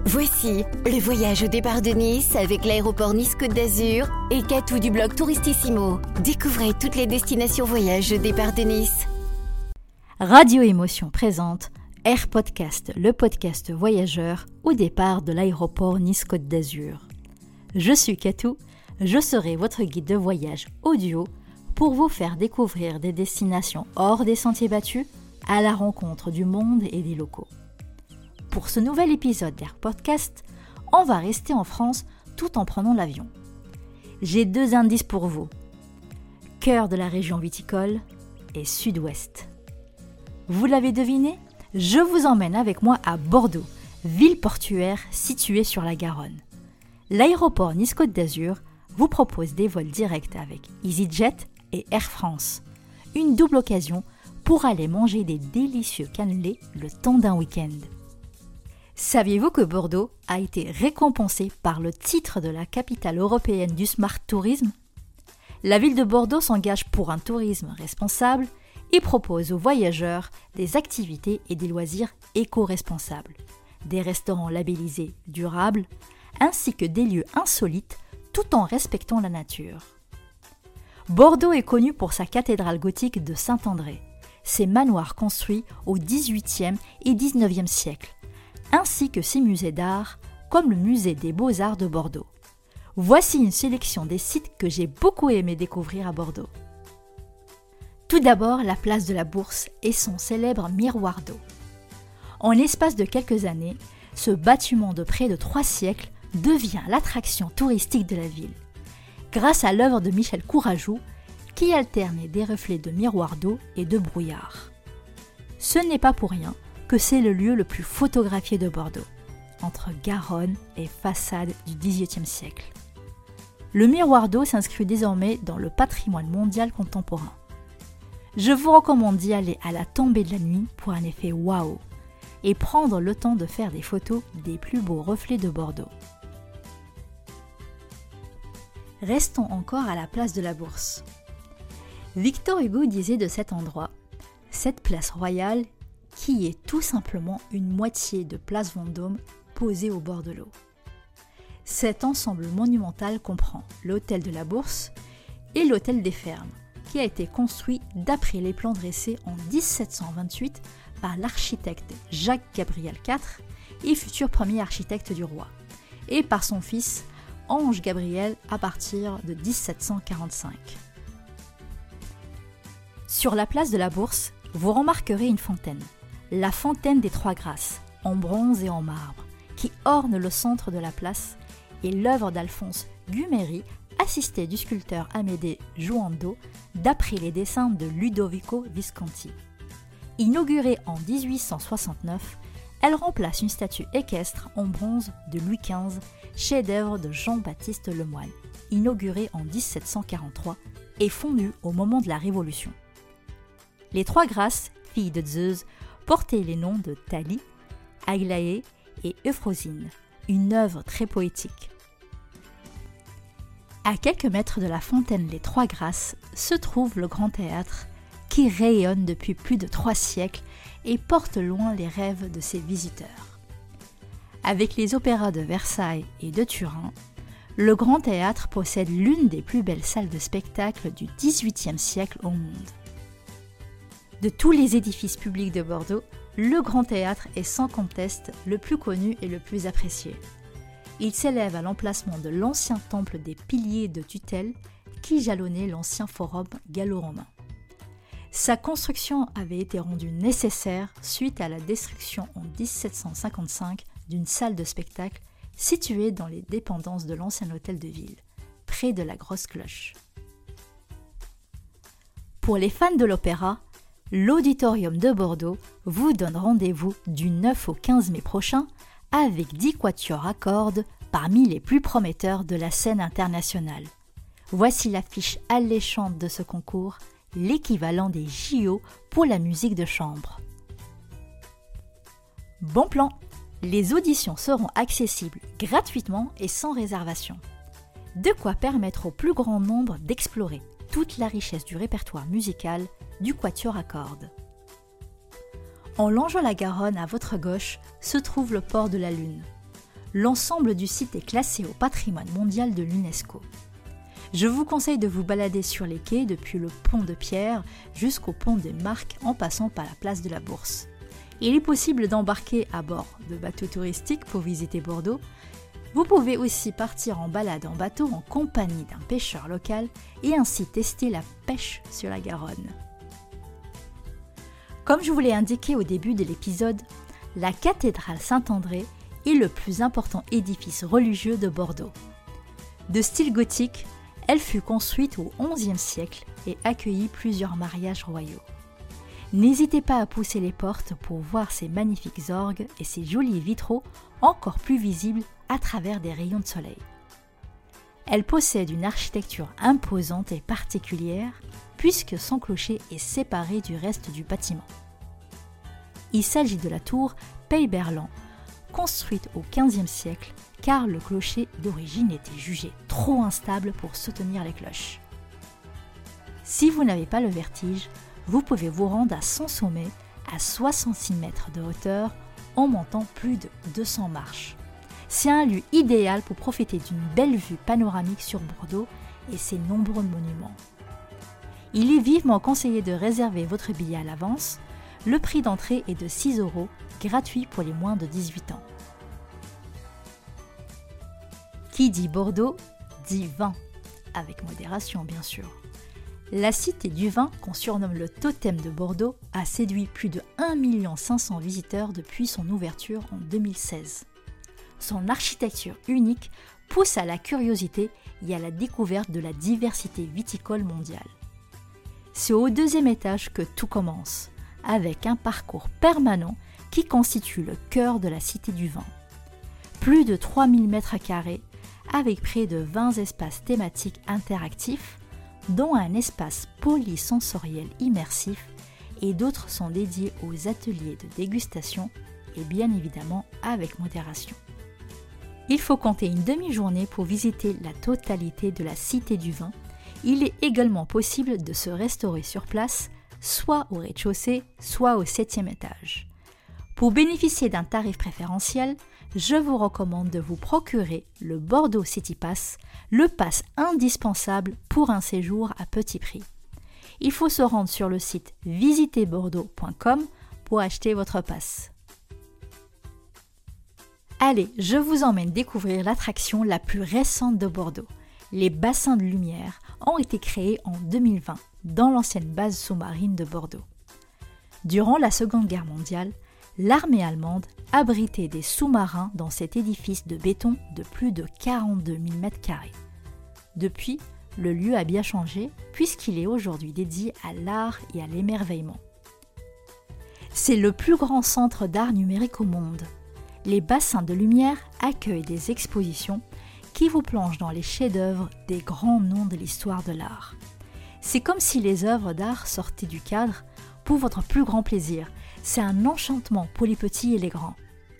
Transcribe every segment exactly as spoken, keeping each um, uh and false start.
Voici le voyage au départ de Nice avec l'aéroport Nice-Côte d'Azur et Katou du blog Touristissimo. Découvrez toutes les destinations voyage au départ de Nice. Radio Émotion présente Air Podcast, le podcast voyageur au départ de l'aéroport Nice-Côte d'Azur. Je suis Katou, je serai votre guide de voyage audio pour vous faire découvrir des destinations hors des sentiers battus à la rencontre du monde et des locaux. Pour ce nouvel épisode d'Air Podcast, on va rester en France tout en prenant l'avion. J'ai deux indices pour vous. Cœur de la région viticole et sud-ouest. Vous l'avez deviné ? Je vous emmène avec moi à Bordeaux, ville portuaire située sur la Garonne. L'aéroport Nice-Côte d'Azur vous propose des vols directs avec EasyJet et Air France. Une double occasion pour aller manger des délicieux cannelés le temps d'un week-end. Saviez-vous que Bordeaux a été récompensé par le titre de la capitale européenne du Smart Tourisme ? La ville de Bordeaux s'engage pour un tourisme responsable et propose aux voyageurs des activités et des loisirs éco-responsables, des restaurants labellisés durables, ainsi que des lieux insolites tout en respectant la nature. Bordeaux est connu pour sa cathédrale gothique de Saint-André, ses manoirs construits au dix-huitième et dix-neuvième siècle, ainsi que ses musées d'art, comme le musée des Beaux-Arts de Bordeaux. Voici une sélection des sites que j'ai beaucoup aimé découvrir à Bordeaux. Tout d'abord, la place de la Bourse et son célèbre miroir d'eau. En l'espace de quelques années, ce bâtiment de près de trois siècles devient l'attraction touristique de la ville, grâce à l'œuvre de Michel Courajou, qui alternait des reflets de miroir d'eau et de brouillard. Ce n'est pas pour rien que c'est le lieu le plus photographié de Bordeaux, entre Garonne et façade du dix-huitième siècle. Le miroir d'eau s'inscrit désormais dans le patrimoine mondial contemporain. Je vous recommande d'y aller à la tombée de la nuit pour un effet waouh et prendre le temps de faire des photos des plus beaux reflets de Bordeaux. Restons encore à la place de la Bourse. Victor Hugo disait de cet endroit « Cette place royale qui est tout simplement une moitié de place Vendôme posée au bord de l'eau. » Cet ensemble monumental comprend l'hôtel de la Bourse et l'hôtel des Fermes, qui a été construit d'après les plans dressés en dix-sept cent vingt-huit par l'architecte Jacques-Gabriel quatre et futur premier architecte du roi, et par son fils Ange Gabriel à partir de dix-sept cent quarante-cinq. Sur la place de la Bourse, vous remarquerez une fontaine, la fontaine des Trois Grâces, en bronze et en marbre, qui orne le centre de la place, et l'œuvre d'Alphonse Guméry, assisté du sculpteur Amédée Jouando, d'après les dessins de Ludovico Visconti. Inaugurée en dix-huit cent soixante-neuf, elle remplace une statue équestre en bronze de Louis quinze, chef-d'œuvre de Jean-Baptiste Lemoyne, inaugurée en dix-sept cent quarante-trois et fondue au moment de la Révolution. Les Trois Grâces, filles de Zeus, portaient les noms de Thalie, Aglaé et Euphrosyne, une œuvre très poétique. À quelques mètres de la fontaine Les Trois Grâces se trouve le Grand Théâtre, qui rayonne depuis plus de trois siècles et porte loin les rêves de ses visiteurs. Avec les opéras de Versailles et de Turin, le Grand Théâtre possède l'une des plus belles salles de spectacle du dix-huitième siècle au monde. De tous les édifices publics de Bordeaux, le Grand Théâtre est sans conteste le plus connu et le plus apprécié. Il s'élève à l'emplacement de l'ancien temple des piliers de tutelle qui jalonnait l'ancien forum gallo-romain. Sa construction avait été rendue nécessaire suite à la destruction en dix-sept cent cinquante-cinq d'une salle de spectacle située dans les dépendances de l'ancien hôtel de ville, près de la Grosse Cloche. Pour les fans de l'opéra, l'Auditorium de Bordeaux vous donne rendez-vous du neuf au quinze mai prochain avec dix quatuors à cordes parmi les plus prometteurs de la scène internationale. Voici l'affiche alléchante de ce concours, l'équivalent des J O pour la musique de chambre. Bon plan! Les auditions seront accessibles gratuitement et sans réservation. De quoi permettre au plus grand nombre d'explorer toute la richesse du répertoire musical du quatuor à cordes. En longeant la Garonne à votre gauche se trouve le port de la Lune. L'ensemble du site est classé au patrimoine mondial de l'UNESCO. Je vous conseille de vous balader sur les quais depuis le pont de Pierre jusqu'au pont des Marques en passant par la place de la Bourse. Il est possible d'embarquer à bord de bateaux touristiques pour visiter Bordeaux. Vous pouvez aussi partir en balade en bateau en compagnie d'un pêcheur local et ainsi tester la pêche sur la Garonne. Comme je vous l'ai indiqué au début de l'épisode, la cathédrale Saint-André est le plus important édifice religieux de Bordeaux. De style gothique, elle fut construite au onzième siècle et accueillit plusieurs mariages royaux. N'hésitez pas à pousser les portes pour voir ces magnifiques orgues et ces jolis vitraux encore plus visibles à travers des rayons de soleil. Elle possède une architecture imposante et particulière puisque son clocher est séparé du reste du bâtiment. Il s'agit de la tour Peyberland, construite au quinzième siècle car le clocher d'origine était jugé trop instable pour soutenir les cloches. Si vous n'avez pas le vertige, vous pouvez vous rendre à son sommet à soixante-six mètres de hauteur en montant plus de deux cents marches. C'est un lieu idéal pour profiter d'une belle vue panoramique sur Bordeaux et ses nombreux monuments. Il est vivement conseillé de réserver votre billet à l'avance. Le prix d'entrée est de six euros, gratuit pour les moins de dix-huit ans. Qui dit Bordeaux, dit vin, avec modération bien sûr. La Cité du vin, qu'on surnomme le totem de Bordeaux, a séduit plus de un million cinq cents visiteurs depuis son ouverture en deux mille seize. Son architecture unique pousse à la curiosité et à la découverte de la diversité viticole mondiale. C'est au deuxième étage que tout commence, avec un parcours permanent qui constitue le cœur de la Cité du vin. Plus de trois mille mètres carrés, avec près de vingt espaces thématiques interactifs, dont un espace polysensoriel immersif et d'autres sont dédiés aux ateliers de dégustation et bien évidemment avec modération. Il faut compter une demi-journée pour visiter la totalité de la Cité du vin. Il est également possible de se restaurer sur place, soit au rez-de-chaussée, soit au septième étage. Pour bénéficier d'un tarif préférentiel, je vous recommande de vous procurer le Bordeaux City Pass, le pass indispensable pour un séjour à petit prix. Il faut se rendre sur le site visiter bordeaux point com pour acheter votre pass. Allez, je vous emmène découvrir l'attraction la plus récente de Bordeaux. Les bassins de lumière ont été créés en deux mille vingt dans l'ancienne base sous-marine de Bordeaux. Durant la Seconde Guerre mondiale, l'armée allemande abritait des sous-marins dans cet édifice de béton de plus de quarante-deux mille mètres carrés. Depuis, le lieu a bien changé puisqu'il est aujourd'hui dédié à l'art et à l'émerveillement. C'est le plus grand centre d'art numérique au monde. Les bassins de lumière accueillent des expositions qui vous plongent dans les chefs-d'œuvre des grands noms de l'histoire de l'art. C'est comme si les œuvres d'art sortaient du cadre pour votre plus grand plaisir. C'est un enchantement pour les petits et les grands.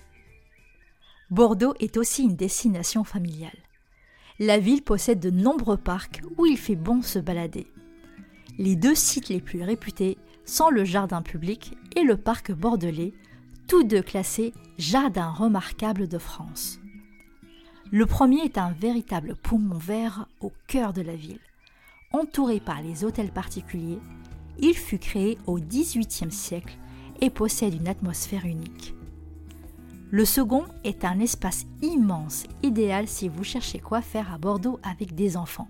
Bordeaux est aussi une destination familiale. La ville possède de nombreux parcs où il fait bon se balader. Les deux sites les plus réputés sont le jardin public et le parc bordelais, tous deux classés jardins remarquables de France. Le premier est un véritable poumon vert au cœur de la ville. Entouré par les hôtels particuliers, il fut créé au dix-huitième siècle et possède une atmosphère unique. Le second est un espace immense, idéal si vous cherchez quoi faire à Bordeaux avec des enfants.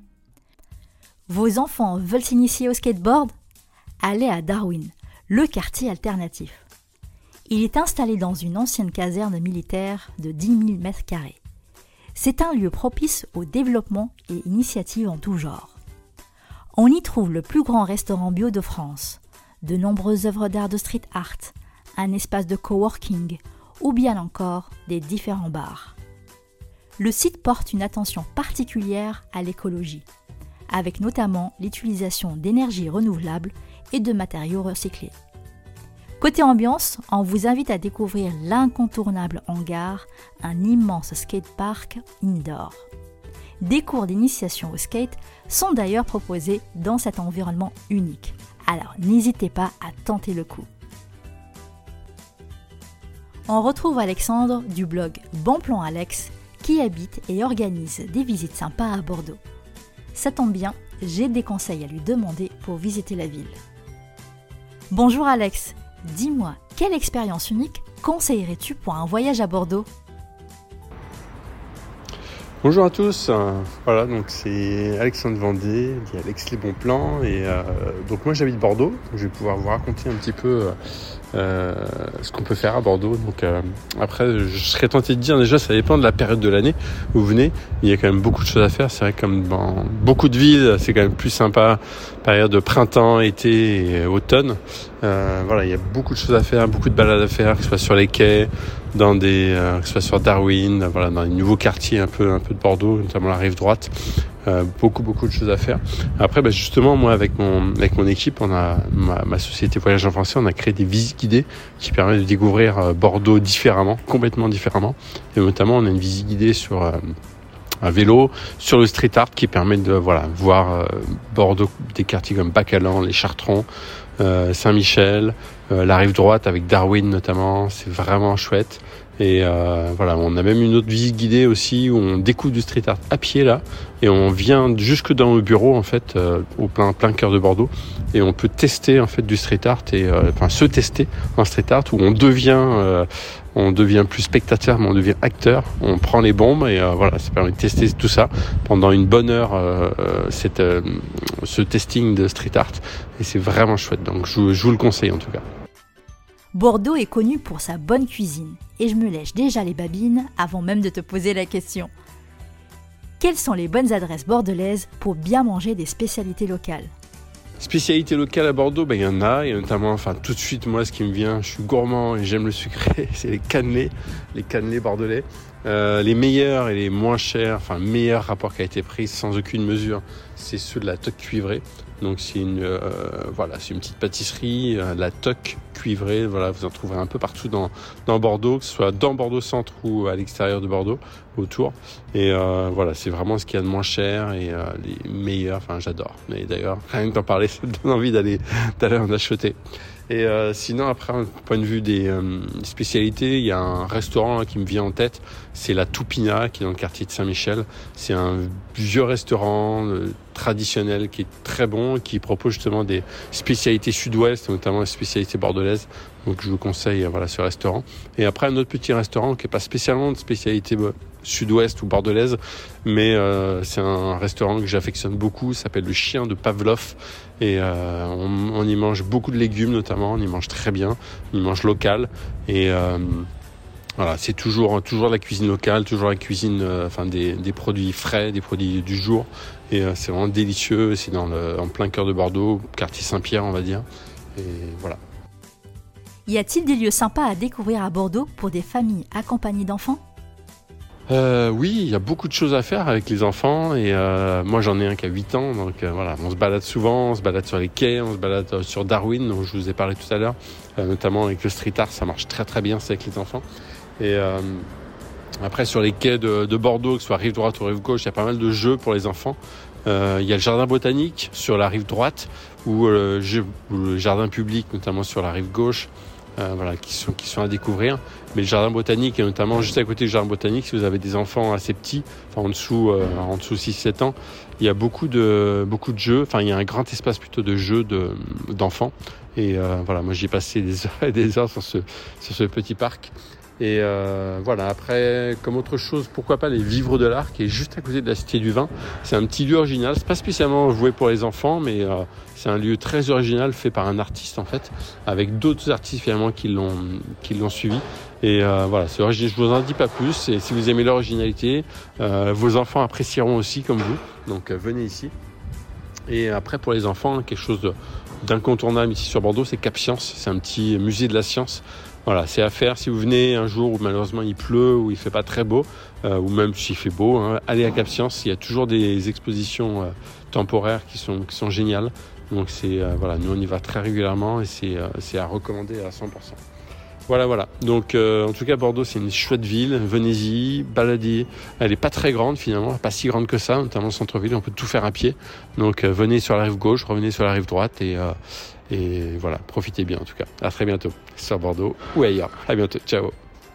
Vos enfants veulent s'initier au skateboard ? Allez à Darwin, le quartier alternatif. Il est installé dans une ancienne caserne militaire de dix mille mètres carrés. C'est un lieu propice au développement et initiatives en tout genre. On y trouve le plus grand restaurant bio de France, de nombreuses œuvres d'art de street art, un espace de coworking ou bien encore des différents bars. Le site porte une attention particulière à l'écologie, avec notamment l'utilisation d'énergie renouvelable et de matériaux recyclés. Côté ambiance, on vous invite à découvrir l'incontournable hangar, un immense skatepark indoor. Des cours d'initiation au skate sont d'ailleurs proposés dans cet environnement unique. Alors n'hésitez pas à tenter le coup. On retrouve Alexandre du blog Bon Plan Alex qui habite et organise des visites sympas à Bordeaux. Ça tombe bien, j'ai des conseils à lui demander pour visiter la ville. Bonjour Alex, dis-moi, quelle expérience unique conseillerais-tu pour un voyage à Bordeaux ? Bonjour à tous, voilà, donc c'est Alexandre Vendée, dit Alex les bons plans, et euh, donc moi j'habite Bordeaux, donc je vais pouvoir vous raconter un petit peu euh, ce qu'on peut faire à Bordeaux. Donc euh, après, je serais tenté de dire déjà, ça dépend de la période de l'année où vous venez. Il y a quand même beaucoup de choses à faire. C'est vrai que comme dans beaucoup de villes, c'est quand même plus sympa période de printemps, été et automne. Euh, voilà, il y a beaucoup de choses à faire, beaucoup de balades à faire, que ce soit sur les quais, dans des, euh, que ce soit sur Darwin, voilà, dans les nouveaux quartiers un peu, un peu de Bordeaux, notamment la rive droite. Euh, beaucoup, beaucoup de choses à faire. Après, bah, justement, moi, avec mon, avec mon équipe, on a, ma, ma société Voyage en Français, on a créé des visites guidées qui permettent de découvrir euh, Bordeaux différemment, complètement différemment. Et notamment, on a une visite guidée sur, euh, un vélo, sur le street art qui permet de, voilà, voir euh, Bordeaux, des quartiers comme Bacalan, les Chartrons, euh, Saint-Michel, euh, la rive droite avec Darwin notamment. C'est vraiment chouette. Et euh, voilà, on a même une autre visite guidée aussi où on découvre du street art à pied là, et on vient jusque dans le bureau en fait, euh, au plein plein cœur de Bordeaux, et on peut tester en fait du street art et euh, enfin se tester en street art où on devient euh, on devient plus spectateur, mais on devient acteur. On prend les bombes et euh, voilà, ça permet de tester tout ça pendant une bonne heure, euh, cette, euh, ce testing de street art, et c'est vraiment chouette. Donc je, je vous le conseille en tout cas. Bordeaux est connu pour sa bonne cuisine, et je me lèche déjà les babines avant même de te poser la question. Quelles sont les bonnes adresses bordelaises pour bien manger des spécialités locales ? Spécialité locale à Bordeaux, ben, il y en a, et notamment, enfin tout de suite, moi ce qui me vient, je suis gourmand et j'aime le sucré, c'est les cannelés, les cannelés bordelais. Euh, les meilleurs et les moins chers, enfin meilleur rapport qualité-prix sans aucune mesure, c'est ceux de la Toque cuivrée. Donc c'est une euh, voilà, c'est une petite pâtisserie, euh, la Toque cuivrée. Voilà, vous en trouverez un peu partout dans dans Bordeaux, que ce soit dans Bordeaux centre ou à l'extérieur de Bordeaux, autour. Et euh, voilà, c'est vraiment ce qu'il y a de moins cher et euh, les meilleurs. Enfin, j'adore. Mais d'ailleurs, rien que d'en parler, ça me donne envie d'aller d'aller en acheter. Et euh, sinon, après, du point de vue des euh, spécialités, il y a un restaurant là, qui me vient en tête, c'est la Toupina, qui est dans le quartier de Saint-Michel. C'est un vieux restaurant euh, traditionnel qui est très bon, qui propose justement des spécialités sud-ouest, notamment les spécialités bordelaise. Donc je vous conseille euh, voilà, ce restaurant. Et après, un autre petit restaurant qui n'est pas spécialement de spécialité bah, sud-ouest ou bordelaise, mais euh, c'est un restaurant que j'affectionne beaucoup, ça s'appelle le Chien de Pavlov, et euh, on, on y mange beaucoup de légumes notamment, on y mange très bien, on y mange local, et euh, voilà, c'est toujours toujours la cuisine locale, toujours la cuisine, euh, enfin des, des produits frais, des produits du jour, et euh, c'est vraiment délicieux. C'est dans le, en plein cœur de Bordeaux, quartier Saint-Pierre on va dire, et voilà. Y a-t-il des lieux sympas à découvrir à Bordeaux pour des familles accompagnées d'enfants ? Euh, oui, il y a beaucoup de choses à faire avec les enfants, et euh, moi j'en ai un qui a huit ans, donc euh, voilà, on se balade souvent, on se balade sur les quais, on se balade euh, sur Darwin, dont je vous ai parlé tout à l'heure, euh, notamment avec le street art, ça marche très très bien, c'est avec les enfants. Et euh, après sur les quais de, de Bordeaux, que ce soit rive droite ou rive gauche, il y a pas mal de jeux pour les enfants. Euh, il y a le jardin botanique sur la rive droite, ou, euh, jeu, ou le jardin public, notamment sur la rive gauche. Euh, voilà, qui sont, qui sont à découvrir. Mais le jardin botanique, et notamment juste à côté du jardin botanique, si vous avez des enfants assez petits, enfin en dessous, euh, en dessous six sept ans, il y a beaucoup de, beaucoup de jeux, enfin il y a un grand espace plutôt de jeux de, d'enfants. Et euh, voilà, moi j'y ai passé des heures et des heures sur ce, sur ce petit parc. Et euh, voilà, après, comme autre chose, pourquoi pas les Vivres de l'Art, qui est juste à côté de la Cité du Vin. C'est un petit lieu original, c'est pas spécialement voué pour les enfants, mais euh, c'est un lieu très original fait par un artiste en fait, avec d'autres artistes finalement qui l'ont, qui l'ont suivi. Et euh, voilà, c'est original, je vous en dis pas plus, et si vous aimez l'originalité, euh, vos enfants apprécieront aussi comme vous, donc euh, venez ici. Et après, pour les enfants, quelque chose de, d'incontournable ici sur Bordeaux, c'est Cap Science, c'est un petit musée de la science. Voilà, c'est à faire si vous venez un jour où malheureusement il pleut, où il fait pas très beau, euh, ou même s'il fait beau, hein, allez à Cap Science, il y a toujours des expositions euh, temporaires qui sont, qui sont géniales. Donc c'est, euh, voilà, nous on y va très régulièrement et c'est, euh, c'est à recommander à cent pour cent. Voilà, voilà. Donc, euh, en tout cas, Bordeaux, c'est une chouette ville. Venez-y, baladez. Elle est pas très grande, finalement. Pas si grande que ça, notamment le centre-ville. On peut tout faire à pied. Donc, euh, venez sur la rive gauche, revenez sur la rive droite et, euh, et voilà, profitez bien, en tout cas. À très bientôt sur Bordeaux ou ailleurs. À bientôt. Ciao.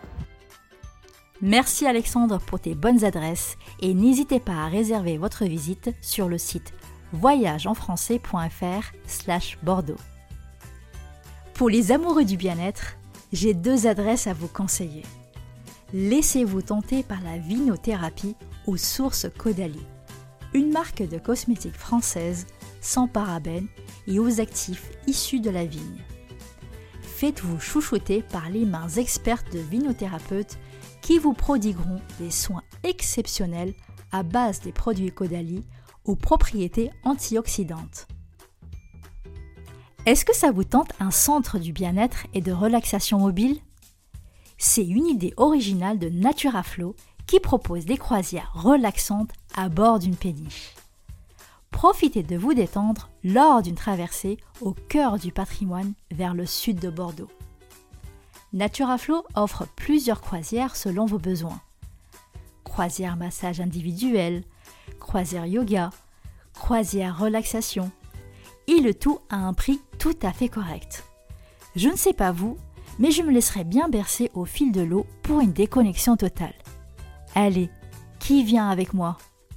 Merci Alexandre pour tes bonnes adresses et n'hésitez pas à réserver votre visite sur le site voyage en français point f r slash Bordeaux. Pour les amoureux du bien-être, j'ai deux adresses à vous conseiller. Laissez-vous tenter par la vinothérapie aux sources Caudalie, une marque de cosmétiques française sans parabènes et aux actifs issus de la vigne. Faites-vous chouchouter par les mains expertes de vinothérapeutes qui vous prodigueront des soins exceptionnels à base des produits Caudalie aux propriétés antioxydantes. Est-ce que ça vous tente un centre du bien-être et de relaxation mobile ? C'est une idée originale de Naturaflow qui propose des croisières relaxantes à bord d'une péniche. Profitez de vous détendre lors d'une traversée au cœur du patrimoine vers le sud de Bordeaux. Naturaflow offre plusieurs croisières selon vos besoins. Croisière massage individuel, croisière yoga, croisière relaxation, et le tout à un prix tout à fait correct. Je ne sais pas vous, mais je me laisserai bien bercer au fil de l'eau pour une déconnexion totale. Allez, qui vient avec moi ?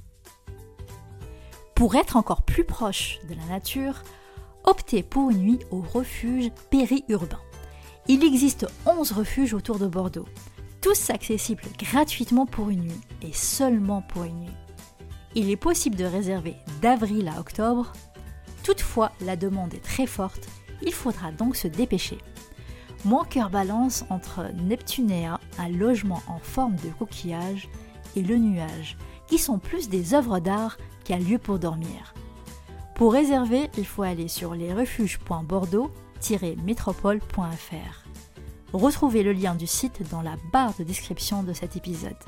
Pour être encore plus proche de la nature, optez pour une nuit au refuge périurbain. Il existe onze refuges autour de Bordeaux, tous accessibles gratuitement pour une nuit et seulement pour une nuit. Il est possible de réserver d'avril à octobre. Toutefois, la demande est très forte, il faudra donc se dépêcher. Mon cœur balance entre Neptunea, un logement en forme de coquillage, et le nuage, qui sont plus des œuvres d'art qu'un lieu pour dormir. Pour réserver, il faut aller sur lesrefuges point bordeaux tiret métropole point f r. Retrouvez le lien du site dans la barre de description de cet épisode.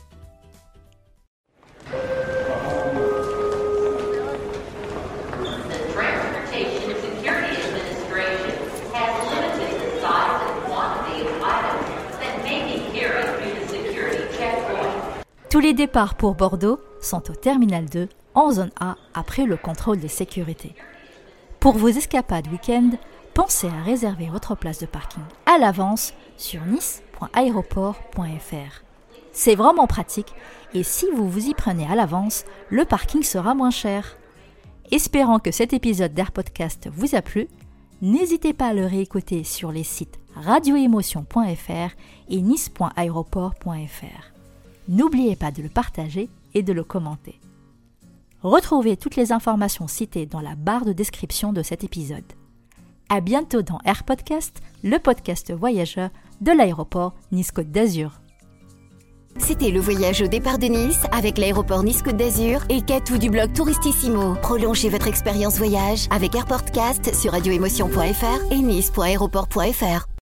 Tous les départs pour Bordeaux sont au Terminal deux, en zone A, après le contrôle de sécurité. Pour vos escapades week-end, pensez à réserver votre place de parking à l'avance sur nice point aéroport point f r. C'est vraiment pratique et si vous vous y prenez à l'avance, le parking sera moins cher. Espérant que cet épisode d'Air Podcast vous a plu, n'hésitez pas à le réécouter sur les sites radio émotion point f r et nice point aéroport point f r. N'oubliez pas de le partager et de le commenter. Retrouvez toutes les informations citées dans la barre de description de cet épisode. À bientôt dans Air Podcast, le podcast voyageur de l'aéroport Nice-Côte d'Azur. C'était le voyage au départ de Nice avec l'aéroport Nice-Côte d'Azur et Katou du blog Touristissimo. Prolongez votre expérience voyage avec Air Podcast sur radio émotion point f r et nice point aéroport point f r.